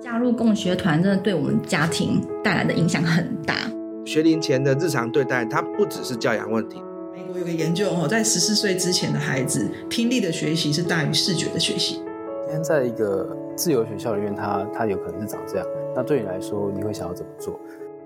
加入共学团真的对我们家庭带来的影响很大。 学龄前的日常对待，它不只是教养问题。 美国有个研究，在14岁之前的孩子，听力的学习是大于视觉的学习。 今天在一个自由学校里面，它有可能是长这样，那对你来说，你会想要怎么做？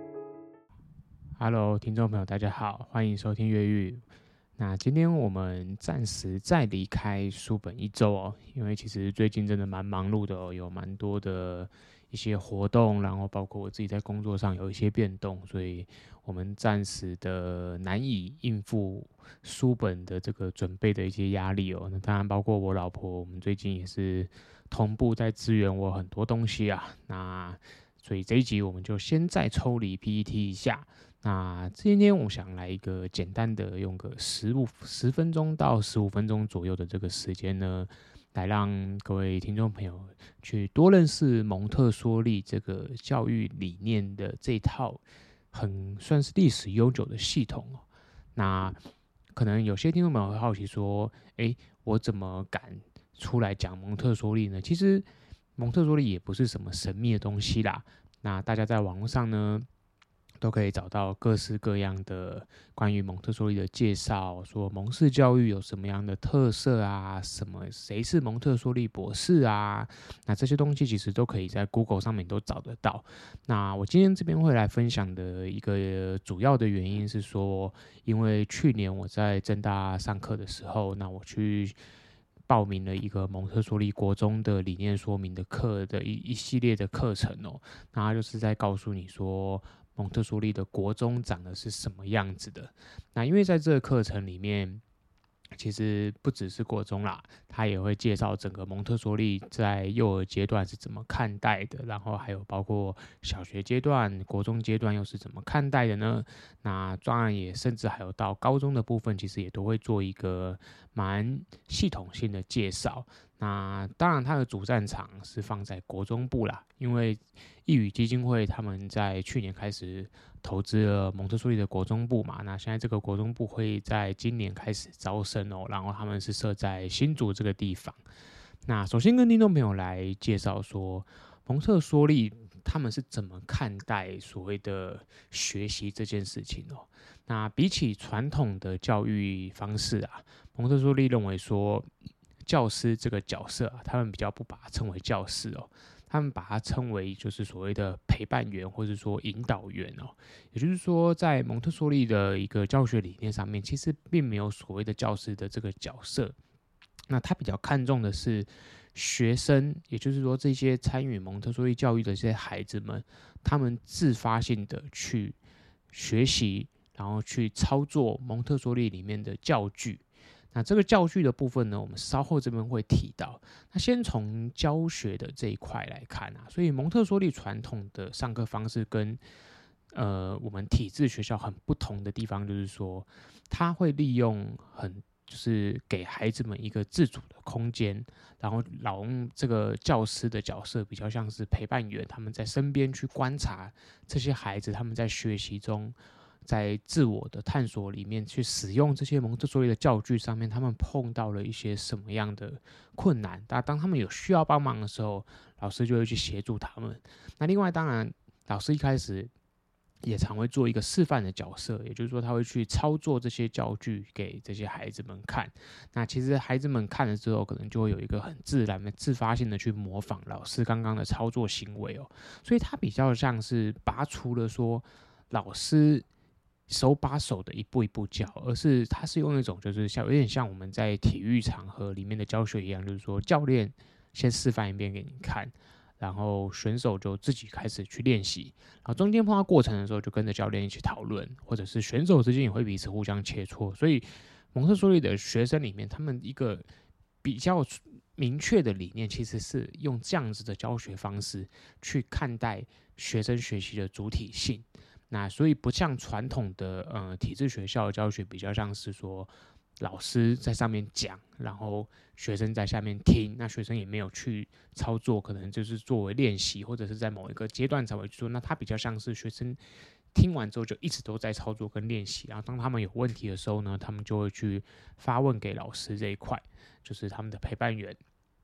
Hello， 听众朋友，大家好，欢迎收听越狱。那今天我们暂时再离开书本一周哦，因为其实最近真的蛮忙碌的哦，有蛮多的一些活动，然后包括我自己在工作上有一些变动，所以我们暂时的难以应付书本的这个准备的一些压力哦。那当然包括我老婆，我们最近也是同步在支援我很多东西啊。那所以这一集我们就先再抽离 PPT 一下。那今天我想来一个简单的，用个10分钟到15分钟左右的这个时间呢，来让各位听众朋友去多认识蒙特梭利这个教育理念的这套很算是历史悠久的系统哦。那可能有些听众朋友会好奇说，我怎么敢出来讲蒙特梭利呢？其实蒙特梭利也不是什么神秘的东西啦。那大家在网络上呢，都可以找到各式各样的关于蒙特梭利的介绍，说蒙氏教育有什么样的特色啊，谁是蒙特梭利博士啊，那这些东西其实都可以在 Google 上面都找得到。那我今天这边会来分享的一个主要的原因是说，因为去年我在政大上课的时候，那我去报名了一个蒙特梭利国中的理念说明的课的一系列的课程哦，那它就是在告诉你说蒙特梭利的国中长得是什么样子的。那因为在这个课程里面，其实不只是国中啦，他也会介绍整个蒙特梭利在幼儿阶段是怎么看待的，然后还有包括小学阶段、国中阶段又是怎么看待的呢？那当然也甚至还有到高中的部分，其实也都会做一个蛮系统性的介绍。那当然它的主战场是放在国中部啦，因为一语基金会他们在去年开始投资了蒙特梭利的国中部嘛，那现在这个国中部会在今年开始招生哦，然后他们是设在新竹这个地方。那首先跟听众朋友来介绍说，蒙特梭利他们是怎么看待所谓的学习这件事情哦。那比起传统的教育方式啊，蒙特梭利认为说，教师这个角色啊，他们比较不把它称为教师哦，他们把它称为就是所谓的陪伴员或者说引导员哦。也就是说，在蒙特梭利的一个教学理念上面，其实并没有所谓的教师的这个角色。那他比较看重的是学生，也就是说这些参与蒙特梭利教育的这些孩子们，他们自发性的去学习，然后去操作蒙特梭利里面的教具。那这个教具的部分呢，我们稍后这边会提到。那先从教学的这一块来看啊，所以蒙特梭利传统的上课方式跟我们体制学校很不同的地方，就是说，他会利用就是给孩子们一个自主的空间，然后老用这个教师的角色比较像是陪伴员，他们在身边去观察这些孩子，他们在学习中，在自我的探索里面去使用这些蒙特梭利的教具上面，他们碰到了一些什么样的困难？当他们有需要帮忙的时候，老师就会去协助他们。那另外，当然，老师一开始也常会做一个示范的角色，也就是说，他会去操作这些教具给这些孩子们看。那其实孩子们看了之后，可能就会有一个很自然的、自发性的去模仿老师刚刚的操作行为哦。所以它比较像是拔除了说老师手把手的一步一步教，而是他是用一种就是有点像我们在体育场合里面的教学一样，就是说教练先示范一遍给你看，然后选手就自己开始去练习，然后中间碰到过程的时候就跟着教练一起讨论，或者是选手之间也会彼此互相切磋。所以蒙特梭利的学生里面，他们一个比较明确的理念，其实是用这样子的教学方式去看待学生学习的主体性。那所以不像传统的体制学校的教学，比较像是说老师在上面讲，然后学生在下面听，那学生也没有去操作，可能就是作为练习，或者是在某一个阶段才会去做。那它比较像是学生听完之后就一直都在操作跟练习，然后当他们有问题的时候呢，他们就会去发问给老师这一块，就是他们的陪伴员。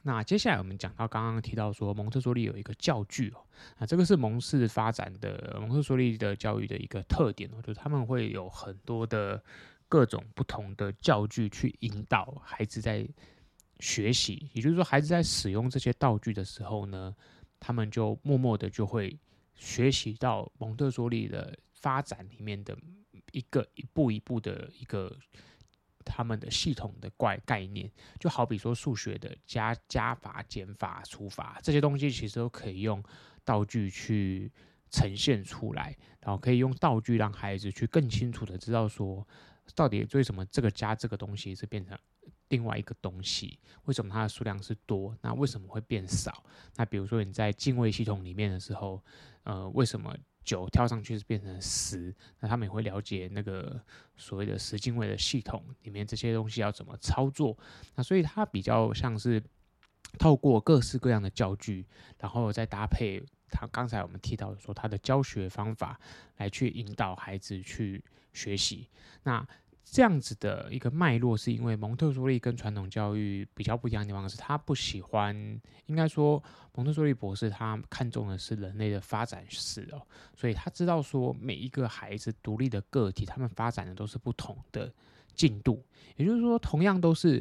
那接下来我们讲到刚刚提到说蒙特梭利有一个教具这个是蒙氏发展的蒙特梭利的教育的一个特点就是他们会有很多的各种不同的教具去引导孩子在学习，也就是说孩子在使用这些道具的时候呢，他们就默默的就会学习到蒙特梭利的发展里面的一步一步的一个他们的系统的概念，就好比说数学的加法、减法、除法这些东西，其实都可以用道具去呈现出来，然后可以用道具让孩子去更清楚的知道说，到底为什么这个加这个东西是变成另外一个东西，为什么它的数量是多，那为什么会变少？那比如说你在进位系统里面的时候，为什么9跳上去是变成10？那他们也会了解那个所谓的10进位的系统里面这些东西要怎么操作。那所以它比较像是透过各式各样的教具，然后再搭配他刚才我们提到的说他的教学方法来去引导孩子去学习。那这样子的一个脉络，是因为蒙特梭利跟传统教育比较不一样的地方是，他不喜欢，应该说蒙特梭利博士他看重的是人类的发展史所以他知道说每一个孩子独立的个体，他们发展的都是不同的进度，也就是说，同样都是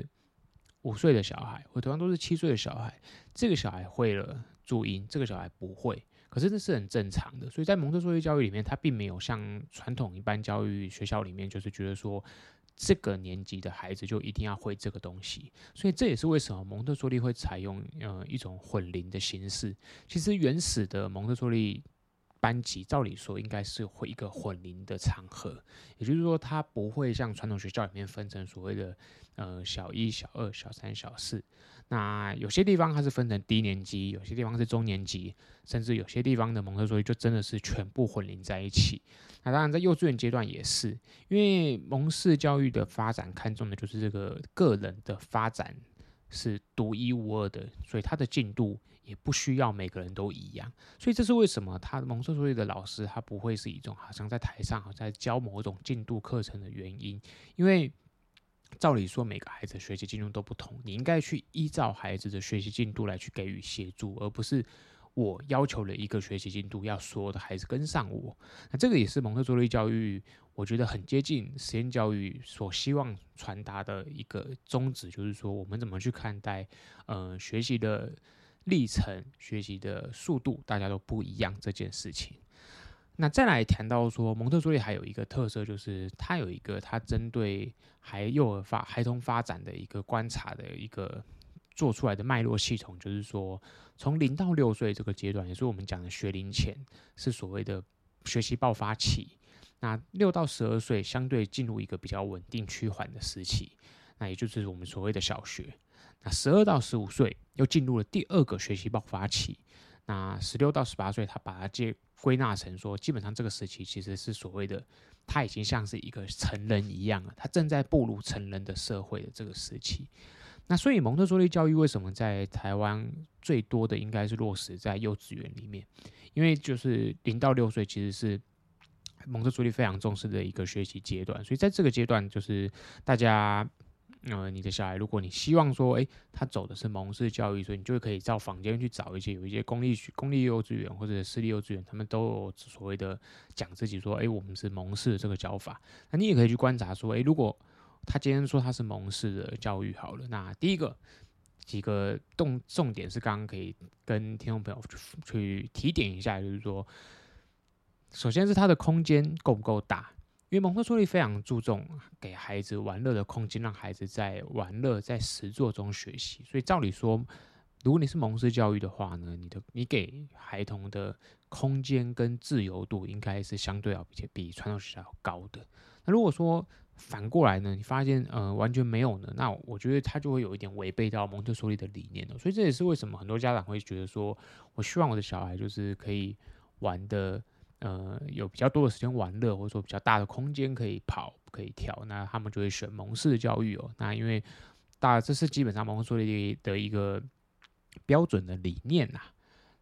5岁的小孩，或同样都是7岁的小孩，这个小孩会了注音，这个小孩不会。可是这是很正常的，所以在蒙特梭利教育里面，它并没有像传统一般教育学校里面，就是觉得说这个年级的孩子就一定要会这个东西。所以这也是为什么蒙特梭利会采用一种混龄的形式。其实原始的蒙特梭利班级，照理说应该是会一个混龄的场合，也就是说，它不会像传统学校里面分成所谓的小1、小2、小3、小4。那有些地方它是分成低年级，有些地方是中年级，甚至有些地方的蒙特梭利就真的是全部混龄在一起。那当然在幼稚园阶段也是，因为蒙氏教育的发展看重的就是这个个人的发展是独一无二的，所以他的进度也不需要每个人都一样。所以这是为什么他蒙特梭利的老师他不会是一种好像在台上好像在教某种进度课程的原因，因为照理说每个孩子的学习进度都不同，你应该去依照孩子的学习进度来去给予协助，而不是我要求了一个学习进度要所有的孩子跟上我。那这个也是蒙特梭利教育我觉得很接近实验教育所希望传达的一个宗旨，就是说我们怎么去看待学习的历程、学习的速度大家都不一样这件事情。那再来谈到说，蒙特梭利还有一个特色，就是它有一个它针对孩童发展的一个观察的一个做出来的脉络系统，就是说从0到6岁这个阶段，也是我们讲的学龄前，是所谓的学习爆发期。那6到12岁相对进入一个比较稳定趋缓的时期，那也就是我们所谓的小学。那12到15岁又进入了第2个学习爆发期。那16到18岁，他把它归纳成说，基本上这个时期其实是所谓的他已经像是一个成人一样了，他正在步入成人的社会的这个时期。那所以蒙特梭利教育为什么在台湾最多的应该是落实在幼稚园里面？因为就是0到6岁其实是蒙特梭利非常重视的一个学习阶段，所以在这个阶段就是大家你的小孩，如果你希望说，他走的是蒙氏教育，所以你就可以到坊间去找有一些公立幼稚园或者私立幼稚园，他们都有所谓的讲自己说，我们是蒙氏的这个教法。那你也可以去观察说，如果他今天说他是蒙氏的教育好了，那第一个几个重点是刚刚可以跟听众朋友去提点一下，就是说，首先是他的空间够不够大。因为蒙特梭利非常注重给孩子玩乐的空间，让孩子在玩乐、在实作中学习。所以照理说，如果你是蒙氏教育的话呢，你给孩童的空间跟自由度应该是相对要比传统学校要高的。那如果说反过来呢，你发现完全没有呢，那我觉得他就会有一点违背到蒙特梭利的理念了。所以这也是为什么很多家长会觉得说，我希望我的小孩就是可以玩的。有比较多的时间玩乐，或者说比较大的空间可以跑可以跳，那他们就会选蒙氏的教育那因为这是基本上蒙特梭利的一个标准的理念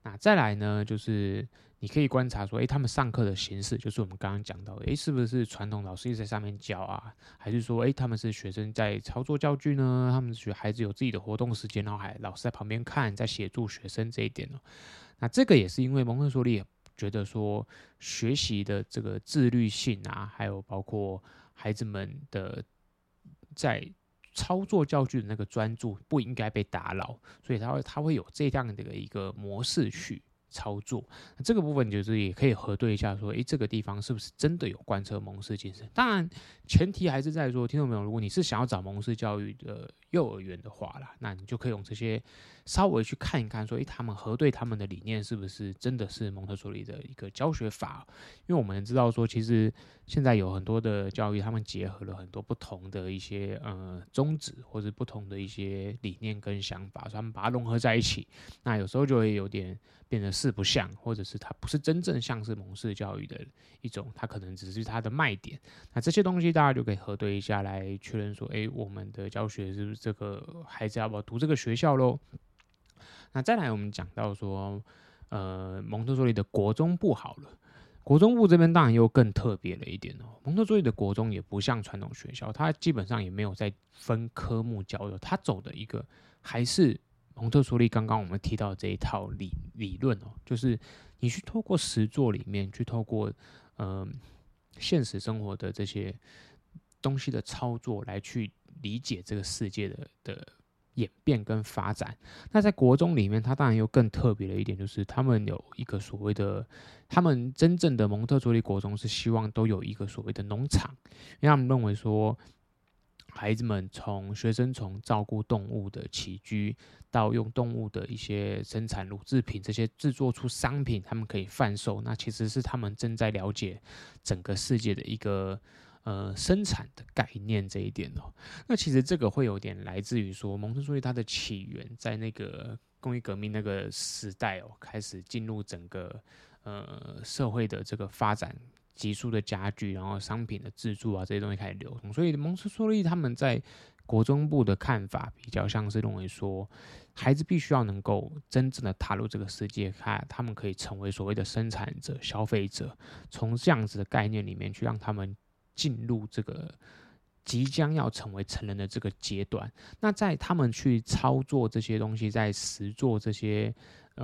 那再来呢，就是你可以观察说，他们上课的形式，就是我们刚刚讲到的，是不是传统老师一直在上面教啊，还是说，他们是学生在操作教具呢？他们是孩子有自己的活动时间，然后还老师在旁边看，在协助学生这一点哦。那这个也是因为蒙特梭利觉得说，学习的这个自律性啊，还有包括孩子们的在操作教具的那个专注不应该被打扰，所以他会有这样的一个模式去操作。那这个部分就是也可以核对一下说，这个地方是不是真的有贯彻蒙氏精神？当然，前提还是在说，听众朋友，如果你是想要找蒙氏教育的幼儿园的话啦，那你就可以用这些稍微去看一看说，他们核对他们的理念是不是真的是蒙特梭利的一个教学法？因为我们知道说，其实现在有很多的教育，他们结合了很多不同的一些宗旨或者不同的一些理念跟想法，所以他们把它融合在一起，那有时候就会有点变得四不像，或者是它不是真正像是蒙氏教育的一种，它可能只是它的卖点。那这些东西大家就可以核对一下，来确认说，我们的教学是不是这个孩子要不要读这个学校咯？那再来我们讲到说，蒙特梭利的国中部好了。国中部这边当然又更特别了一点哦。蒙特梭利的国中也不像传统学校，它基本上也没有在分科目教的，它走的一个还是蒙特梭利刚刚我们提到的这一套理论哦，就是你去透过实作里面，去透过现实生活的这些东西的操作来去理解这个世界的演变跟发展。那在国中里面，它当然又更特别的一点，就是他们有一个所谓的，他们真正的蒙特梭利国中是希望都有一个所谓的农场，因为他们认为说，孩子们学生从照顾动物的起居，到用动物的一些生产乳制品，这些制作出商品，他们可以贩售，那其实是他们正在了解整个世界的一个生产的概念这一点哦。那其实这个会有点来自于说，蒙特梭利它的起源在那个工业革命那个时代哦，开始进入整个社会的这个发展。急速的加剧，然后商品的制作啊这些东西开始流通，所以蒙特梭利他们在国中部的看法比较像是认为说，孩子必须要能够真正的踏入这个世界，他们可以成为所谓的生产者、消费者，从这样子的概念里面去让他们进入这个即将要成为成人的这个阶段。那在他们去操作这些东西，在实做这些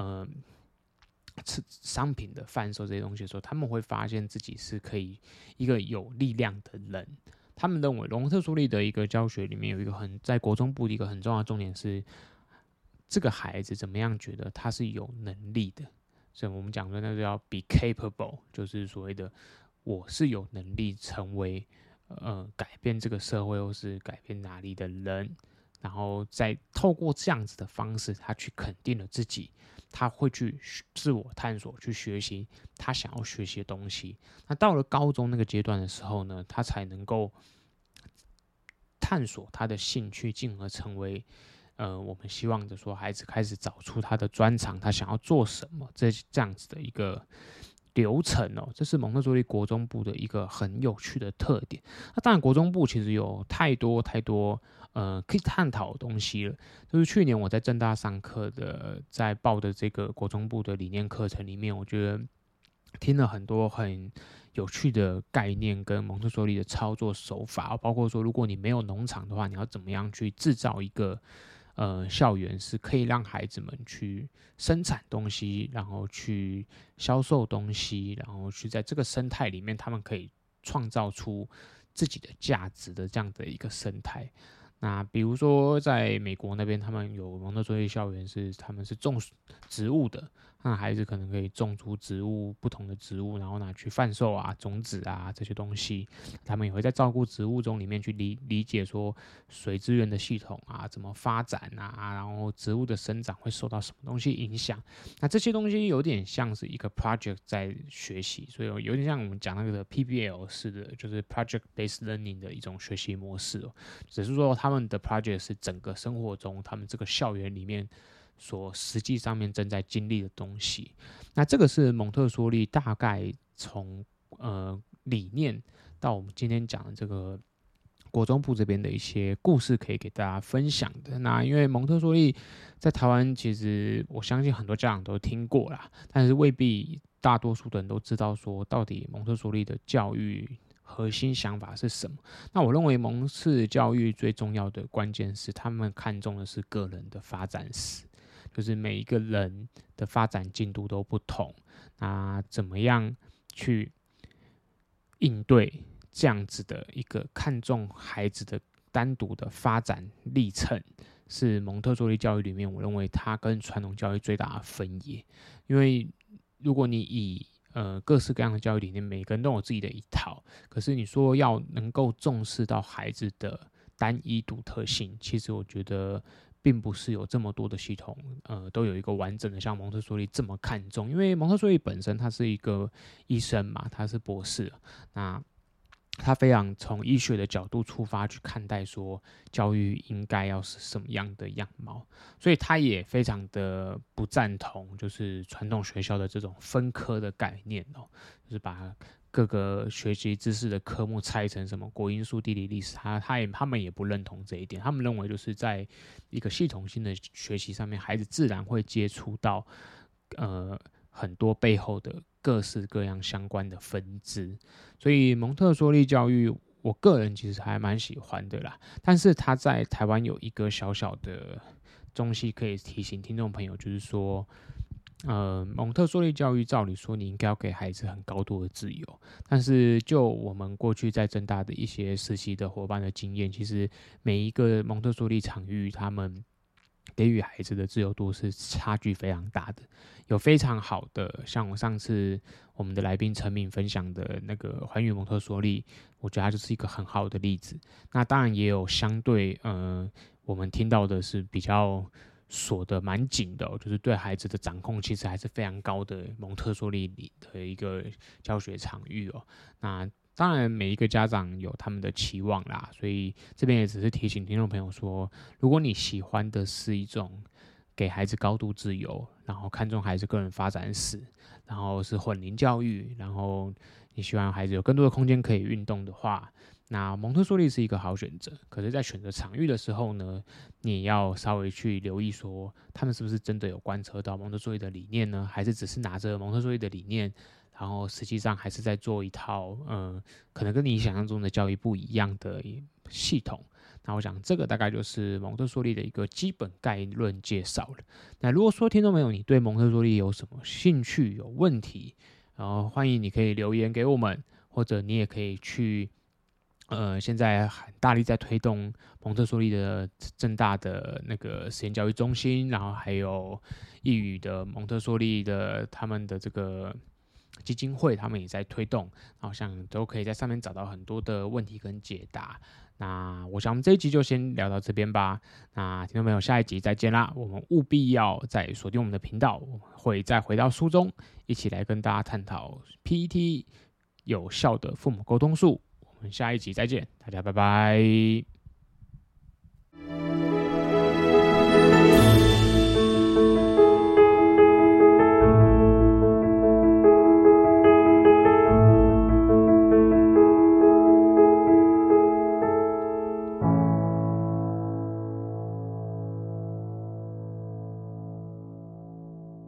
商品的贩售这些东西的时候，他们会发现自己是可以一个有力量的人。他们认为蒙特梭利的一个教学里面有一个在国中部的一个很重要的重点是，这个孩子怎么样觉得他是有能力的。所以我们讲说那就要 be capable， 就是所谓的我是有能力成为改变这个社会或是改变哪里的人。然后再透过这样子的方式，他去肯定了自己，他会去自我探索，去学习他想要学习的东西。那到了高中那个阶段的时候呢，他才能够探索他的兴趣，进而成为我们希望的说，孩子开始找出他的专长，他想要做什么，这样子的一个流程哦。这是蒙特梭利国中部的一个很有趣的特点。那当然，国中部其实有太多可以探讨的东西了。就是去年我在政大上课的，在报的这个国中部的理念课程里面，我觉得听了很多很有趣的概念跟蒙特梭利的操作手法，包括说，如果你没有农场的话，你要怎么样去制造一个校园是可以让孩子们去生产东西，然后去销售东西，然后去在这个生态里面，他们可以创造出自己的价值的这样的一个生态。那比如说在美国那边，他们有蒙特梭利校园他们是种植物的，那孩子可能可以种出不同的植物，然后拿去贩售啊，种子啊这些东西。他们也会在照顾植物中里面去理解说水资源的系统啊怎么发展啊，然后植物的生长会受到什么东西影响。那这些东西有点像是一个 project 在学习，所以有点像我们讲那个 PBL 式的，就是 project based learning 的一种学习模式哦。只是说他们的 project 是整个生活中他们这个校园里面所实际上面正在经历的东西。那这个是蒙特梭利大概从理念到我们今天讲的这个国中部这边的一些故事可以给大家分享的。那因为蒙特梭利在台湾，其实我相信很多家长都听过啦，但是未必大多数的人都知道说到底蒙特梭利的教育核心想法是什么。那我认为蒙氏教育最重要的关键是他们看重的是个人的发展史，就是每一个人的发展进度都不同，那怎么样去应对这样子的一个看重孩子的单独的发展历程，是蒙特梭利教育里面我认为它跟传统教育最大的分野。因为如果你以各式各样的教育理念，每个人都有自己的一套，可是你说要能够重视到孩子的单一独特性，其实我觉得并不是有这么多的系统都有一个完整的像蒙特梭利这么看重。因为蒙特梭利本身他是一个医生嘛，他是博士，那他非常从医学的角度出发去看待说教育应该要是什么样的样貌，所以他也非常的不赞同就是传统学校的这种分科的概念就是把各个学习知识的科目拆成什么国英数地理历史，他们也不认同这一点。他们认为就是在一个系统性的学习上面，孩子自然会接触到很多背后的各式各样相关的分支。所以蒙特梭利教育我个人其实还蛮喜欢的啦，但是他在台湾有一个小小的东西可以提醒听众朋友，就是说蒙特梭利教育照理说你应该要给孩子很高度的自由，但是就我们过去在政大的一些实习的伙伴的经验，其实每一个蒙特梭利场域他们给予孩子的自由度是差距非常大的。有非常好的，像我上次我们的来宾陈敏分享的那个环宇蒙特梭利，我觉得它就是一个很好的例子。那当然也有相对我们听到的是比较锁得蛮紧的就是对孩子的掌控其实还是非常高的蒙特梭利里的一个教学场域那当然每一个家长有他们的期望啦，所以这边也只是提醒听众朋友说，如果你喜欢的是一种给孩子高度自由，然后看重孩子个人发展史，然后是混龄教育，然后你希望孩子有更多的空间可以运动的话，那蒙特梭利是一个好选择。可是在选择场域的时候呢，你也要稍微去留意说他们是不是真的有贯彻到蒙特梭利的理念呢，还是只是拿着蒙特梭利的理念，然后实际上还是在做一套可能跟你想象中的教育不一样的系统。那我想这个大概就是蒙特梭利的一个基本概论介绍了。那如果说听众朋友你对蒙特梭利有什么兴趣有问题，然后欢迎你可以留言给我们，或者你也可以去现在很大力在推动蒙特梭利的政大的那个实验教育中心，然后还有义语的蒙特梭利的他们的这个基金会，他们也在推动，好像都可以在上面找到很多的问题跟解答。那我想我们这一集就先聊到这边吧。那听众朋友，下一集再见啦！我们务必要再锁定我们的频道，我们会再回到书中，一起来跟大家探讨 PET 有效的父母沟通术。我们下一集再见，大家拜拜。